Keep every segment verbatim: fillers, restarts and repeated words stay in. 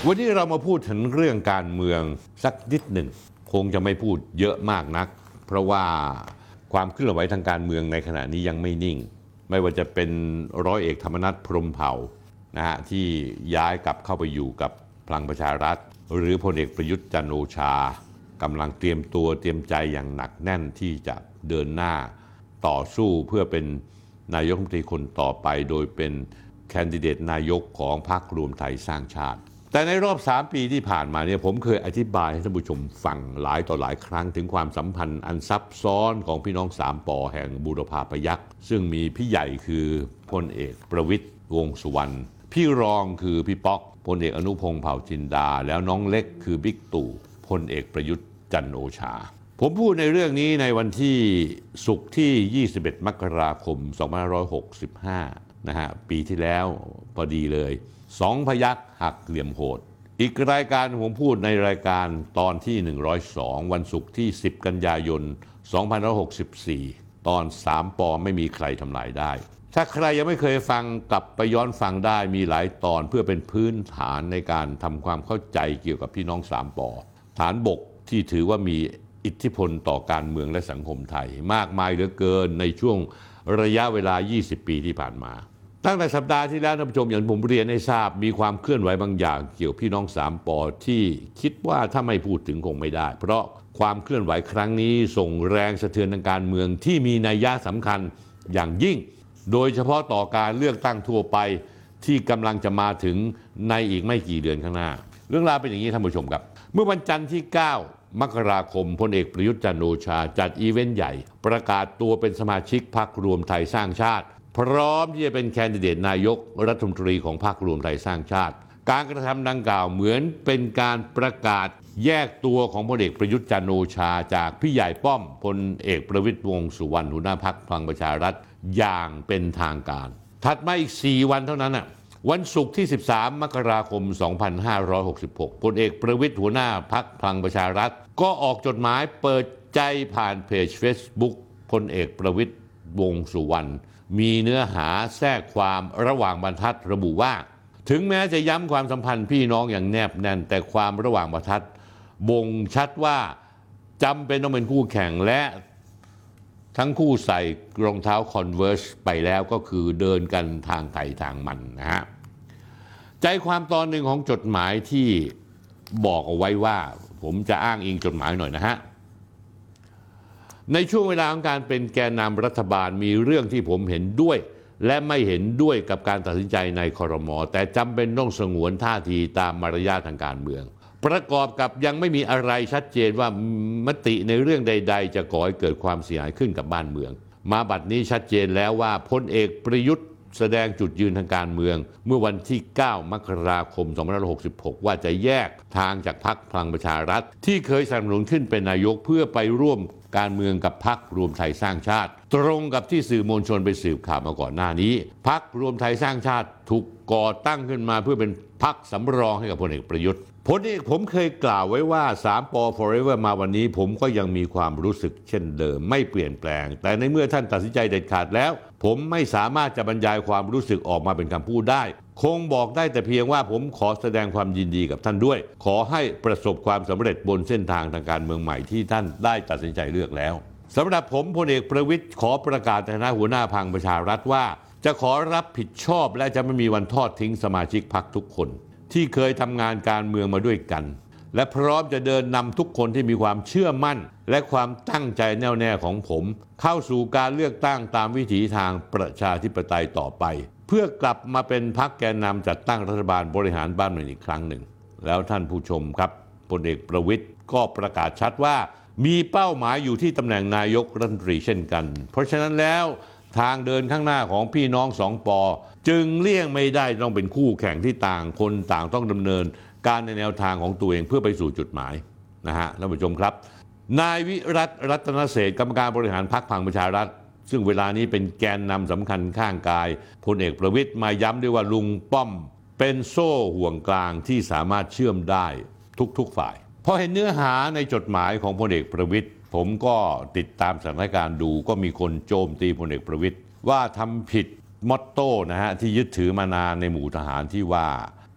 วันนี้เรามาพูดถึงเรื่องการเมืองสักนิดหนึ่งคงจะไม่พูดเยอะมากนักเพราะว่าความเคลื่อนไหวทางการเมืองในขณะนี้ยังไม่นิ่งไม่ว่าจะเป็นร้อยเอกธรรมนัสพรหมเผ่านะฮะที่ย้ายกลับเข้าไปอยู่กับพลังประชารัฐหรือพลเอกประยุทธ์จันทร์โอชากำลังเตรียมตัวเตรียมใจอย่างหนักแน่นที่จะเดินหน้าต่อสู้เพื่อเป็นนายกรัฐมนตรีคนต่อไปโดยเป็นแคนดิเดตนายกของพรรครวมไทยสร้างชาติแต่ในรอบสามปีที่ผ่านมาเนี่ยผมเคยอธิบายให้ท่านผู้ชมฟังหลายต่อหลายครั้งถึงความสัมพันธ์อันซับซ้อนของพี่น้องสามปอแห่งบูรพาพยัคฆ์ซึ่งมีพี่ใหญ่คือพลเอกประวิตรวงษ์สุวรรณพี่รองคือพี่ป๊อกพลเอกอนุพงษ์เผ่าจินดาแล้วน้องเล็กคือบิ๊กตู่พลเอกประยุทธ์จันทร์โอชาผมพูดในเรื่องนี้ในวันที่ศุกร์ที่ยี่สิบเอ็ดมกราคมสองพันห้าร้อยหกสิบห้านะฮะปีที่แล้วพอดีเลยสองพยัคฆ์หักเหลี่ยมโหดอีกรายการผมพูดในรายการตอนที่หนึ่งร้อยสองวันศุกร์ที่สิบกันยายนสองพันห้าร้อยหกสิบสี่ตอนสามปอไม่มีใครทำลายได้ถ้าใครยังไม่เคยฟังกลับไปย้อนฟังได้มีหลายตอนเพื่อเป็นพื้นฐานในการทำความเข้าใจเกี่ยวกับพี่น้องสามปอฐานบกที่ถือว่ามีอิทธิพลต่อการเมืองและสังคมไทยมากมายเหลือเกินในช่วงระยะเวลายี่สิบปีที่ผ่านมาตั้งแต่สัปดาห์ที่แล้วท่านผู้ชมอย่างผมเรียนให้ทราบมีความเคลื่อนไหวบางอย่างเกี่ยวพี่น้องสามปอที่คิดว่าถ้าไม่พูดถึงคงไม่ได้เพราะความเคลื่อนไหวครั้งนี้ส่งแรงสะเทือนทางการเมืองที่มีนัยยะสำคัญอย่างยิ่งโดยเฉพาะต่อการเลือกตั้งทั่วไปที่กำลังจะมาถึงในอีกไม่กี่เดือนข้างหน้าเรื่องราวเป็นอย่างนี้ท่านผู้ชมครับเมื่อวันจันทร์ที่เก้ามกราคมพลเอกประยุทธ์จันทร์โอชาจัดอีเวนต์ใหญ่ประกาศตัวเป็นสมาชิกพรรครวมไทยสร้างชาติพร้อมที่จะเป็นแคนดิเดตนายกรัฐมนตรีของพรรครวมไทยสร้างชาติการกระทำดังกล่าวเหมือนเป็นการประกาศแยกตัวของพลเอกประยุทธ์จันทร์โอชาจากพี่ใหญ่ป้อมพลเอกประวิตรวงษ์สุวรรณหัวหน้าพรรคพลังประชารัฐอย่างเป็นทางการถัดมาอีกสี่วันเท่านั้นน่ะวันศุกร์ที่สิบสามมกราคมสองพันห้าร้อยหกสิบหกพลเอกประวิตรหัวหน้าพรรคพลังประชารัฐก็ออกจดหมายเปิดใจผ่านเพจ Facebook พลเอกประวิตรวงษ์สุวรรณมีเนื้อหาแทรกความระหว่างบรรทัดระบุว่าถึงแม้จะย้ำความสัมพันธ์พี่น้องอย่างแนบแน่นแต่ความระหว่างบรรทัดบ่งชัดว่าจำเป็นต้องเป็นคู่แข่งและทั้งคู่ใส่รองเท้า Converse ไปแล้วก็คือเดินกันทางไถทางมันนะฮะใจความตอนหนึ่งของจดหมายที่บอกเอาไว้ว่าผมจะอ้างอิงจดหมายหน่อยนะฮะในช่วงเวลาของการเป็นแกนนำรัฐบาลมีเรื่องที่ผมเห็นด้วยและไม่เห็นด้วยกับการตัดสินใจในครม.แต่จำเป็นต้องสงวนท่าทีตามมารยาททางการเมืองประกอบกับยังไม่มีอะไรชัดเจนว่ามติในเรื่องใดๆจะก่อให้เกิดความเสียหายขึ้นกับบ้านเมืองมาบัดนี้ชัดเจนแล้วว่าพลเอกประยุทธ์แสดงจุดยืนทางการเมืองเมื่อวันที่เก้ามกราคมสองพันห้าร้อยหกสิบหกว่าจะแยกทางจากพรรคพลังประชารัฐที่เคยสนับสนุนขึ้นเป็นนายกเพื่อไปร่วมการเมืองกับพรรครวมไทยสร้างชาติตรงกับที่สื่อมวลชนไปสืบข่าวมาก่อนหน้านี้พรรครวมไทยสร้างชาติถูกก่อตั้งขึ้นมาเพื่อเป็นพรรคสำรองให้กับพลเอกประยุทธ์ผลเอกผมเคยกล่าวไว้ว่าสามปอ forever มาวันนี้ผมก็ยังมีความรู้สึกเช่นเดิมไม่เปลี่ยนแปลงแต่ในเมื่อท่านตัดสินใจเด็ดขาดแล้วผมไม่สามารถจะบรรยายความรู้สึกออกมาเป็นคำพูดได้คงบอกได้แต่เพียงว่าผมขอแสดงความยินดีกับท่านด้วยขอให้ประสบความสำเร็จบนเส้นทางทางการเมืองใหม่ที่ท่านได้ตัดสินใจเลือกแล้วสำหรับผมพลเอกประวิตรขอประกาศในฐานะหัวหน้าพรรคประชารัฐว่าจะขอรับผิดชอบและจะไม่มีวันทอดทิ้งสมาชิกพรรคทุกคนที่เคยทำงานการเมืองมาด้วยกันและพร้อมจะเดินนำทุกคนที่มีความเชื่อมั่นและความตั้งใจแน่วแน่ของผมเข้าสู่การเลือกตั้งตามวิถีทางประชาธิปไตยต่อไปเพื่อกลับมาเป็นพรรคแกนนำจัดตั้งรัฐบาลบริหารบ้านเมืองอีกครั้งหนึ่งแล้วท่านผู้ชมครับพลเอกประวิตรก็ประกาศชัดว่ามีเป้าหมายอยู่ที่ตำแหน่งนายกรัฐมนตรีเช่นกันเพราะฉะนั้นแล้วทางเดินข้างหน้าของพี่น้องสองปอจึงเลี่ยงไม่ได้ต้องเป็นคู่แข่งที่ต่างคนต่างต้องดำเนินการในแนวทางของตัวเองเพื่อไปสู่จุดหมายนะฮะท่านผู้ชมครับนายวิรัตรัตนเศรษฐ์กรรมการบริหารพรรคพลังประชารัฐซึ่งเวลานี้เป็นแกนนำสำคัญข้างกายพลเอกประวิตรมาย้ำด้วยว่าลุงป้อมเป็นโซ่ห่วงกลางที่สามารถเชื่อมได้ทุกๆฝ่ายพอเห็นเนื้อหาในจดหมายของพลเอกประวิตรผมก็ติดตามสถานการณ์ดูก็มีคนโจมตีพลเอกประวิตรว่าทำผิดมอตโต้นะฮะที่ยึดถือมานานในหมู่ทหารที่ว่า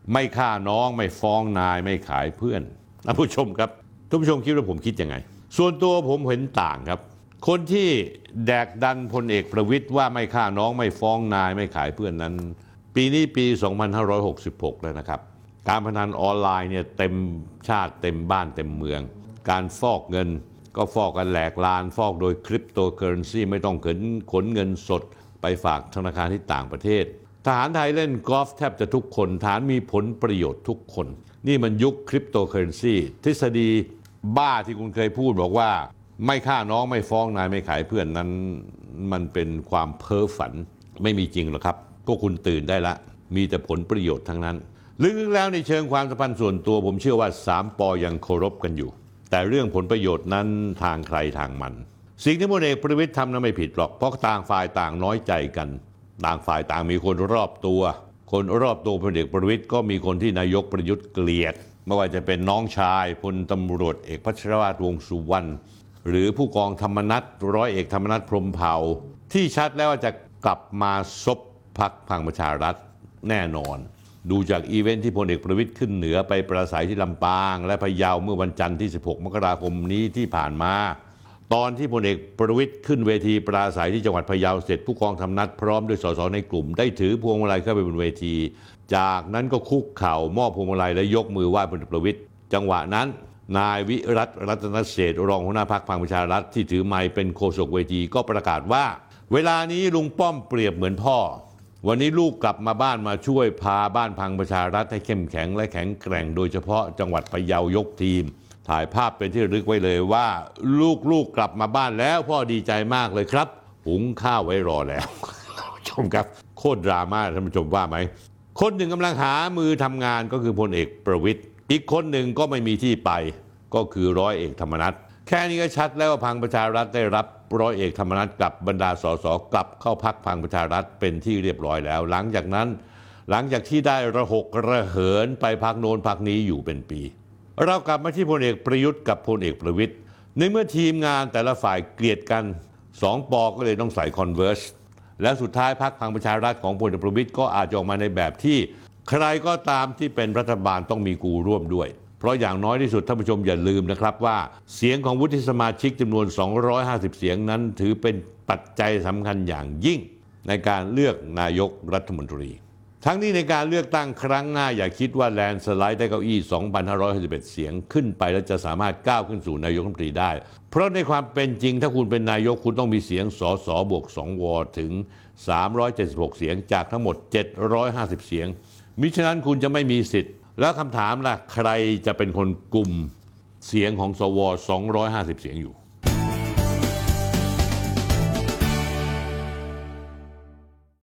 ไม่ฆ่าน้องไม่ฟ้องนายไม่ขายเพื่อนท่านผู้ชมครับท่านผู้ชมคิดว่าผมคิดยังไงส่วนตัวผมเห็นต่างครับคนที่แดกดันพลเอกประวิตรว่าไม่ฆ่าน้องไม่ฟ้องนายไม่ขายเพื่อนนั้นปีนี้ปี สองพันห้าร้อยหกสิบหก แล้วนะครับการพนันออนไลน์เนี่ยเต็มชาติเต็มบ้านเต็มเมืองการฟอกเงินก็ฟอกกันแหลกลานฟอกโดยคริปโตเคอเรนซีไม่ต้องขนขนเงินสดไปฝากธนาคารที่ต่างประเทศทหารไทยเล่นกอล์ฟแทบจะทุกคนทหารมีผลประโยชน์ทุกคนนี่มันยุคคริปโตเคอเรนซีทฤษฎีบ้าที่คุณเคยพูดบอกว่าไม่ฆ่าน้องไม่ฟ้องนายไม่ขายเพื่อนนั้นมันเป็นความเพ้อฝันไม่มีจริงหรอกครับพวกคุณตื่นได้ละมีแต่ผลประโยชน์ทั้งนั้นลึกๆแล้วในเชิงความสัมพันธ์ส่วนตัวผมเชื่อว่าสามปอยังเคารพกันอยู่แต่เรื่องผลประโยชน์นั้นทางใครทางมันสิ่งที่พลเอกประวิตรทำนั้นไม่ผิดหรอกเพราะต่างฝ่ายต่างน้อยใจกันต่างฝ่ายต่างมีคนรอบตัวคนรอบตัวพลเอกประวิตรก็มีคนที่นายกประยุทธ์เกลียดไม่ว่าจะเป็นน้องชายพลตำรวจเอกพัชรวาทวงษ์สุวรรณหรือผู้กองธรรมนัฐร้อยเอกธรรมนัฐพรหมเผ่าที่ชัดแล้วว่าจะกลับมาซบพรรคพลังประชารัฐแน่นอนดูจากอีเวนท์ที่พลเอกประวิตรขึ้นเหนือไปปราศัยที่ลำปางและพะเยาเมื่อวันจันทร์ที่สิบหกมกราคมนี้ที่ผ่านมาตอนที่พลเอกประวิตรขึ้นเวทีปราศัยที่จังหวัดพะเยาเสร็จผู้กองธรรมนัฐพร้อมด้วยสสในกลุ่มได้ถือพวงมาลัยเข้าไปบนเวทีจากนั้นก็คุกเข่ามอบพวงมาลัยและยกมือไหว้พลเอกประวิตรจังหวะนั้นนายวิรัตรัตนเศรษฐ์รองหัวหน้าพรรคพลังประชารัฐที่ถือไมค์เป็นโฆษกเวทีก็ประกาศว่าเวลานี้ลุงป้อมเปรียบเหมือนพ่อวันนี้ลูกกลับมาบ้านมาช่วยพาบ้านพังประชารัฐให้เข้มแข็งและแข็งแกร่งโดยเฉพาะจังหวัดพะเยายกทีมถ่ายภาพเป็นที่ระลึกไว้เลยว่าลูกๆ ก, กลับมาบ้านแล้วพ่อดีใจมากเลยครับหุงข้าวไว้รอแล้ว ชมครับโคตรดราม่าท่านผู้ชมว่าไหมคนหนึ่งกำลังหามือทำงานก็คือพลเอกประวิตรอีกคนหนึ่งก็ไม่มีที่ไปก็คือร้อยเอกธรรมนัฐแค่นี้ก็ชัดแล้วว่าพลังประชารัฐได้รับร้อยเอกธรรมนัฐกับบรรดาสสกลับเข้าพรรคพลังประชารัฐเป็นที่เรียบร้อยแล้วหลังจากนั้นหลังจากที่ได้ระหกระเหินไปพรรคโน้นพรรคนี้อยู่เป็นปีเรากลับมาที่พลเอกประยุทธ์กับพลเอกประวิตรในเมื่อทีมงานแต่ละฝ่ายเกลียดกันสองปอก็เลยต้องใส่คอนเวิร์สและสุดท้ายพรรคพลังประชารัฐของพลเอกประวิตรก็อาจจะออกมาในแบบที่ใครก็ตามที่เป็นรัฐบาลต้องมีกูร่วมด้วยเพราะอย่างน้อยที่สุดท่านผู้ชมอย่าลืมนะครับว่าเสียงของวุฒิสมาชิกจำนวนสองร้อยห้าสิบเสียงนั้นถือเป็นปัจจัยสำคัญอย่างยิ่งในการเลือกนายกรัฐมนตรีทั้งนี้ในการเลือกตั้งครั้งหน้าอย่าคิดว่าแลนด์สไลด์ได้เก้าอี้ สองพันห้าร้อยหกสิบเอ็ด เสียงขึ้นไปแล้วจะสามารถก้าวขึ้นสู่นายกรัฐมนตรีได้เพราะในความเป็นจริงถ้าคุณเป็นนายกคุณต้องมีเสียงสสบวกสวถึงสามร้อยเจ็ดสิบหกเสียงจากทั้งหมดเจ็ดร้อยห้าสิบเสียงมิฉะนั้นคุณจะไม่มีสิทธิ์แล้วคำถามล่ะใครจะเป็นคนกลุ่มเสียงของสวสองร้อยห้าสิบเสียงอยู่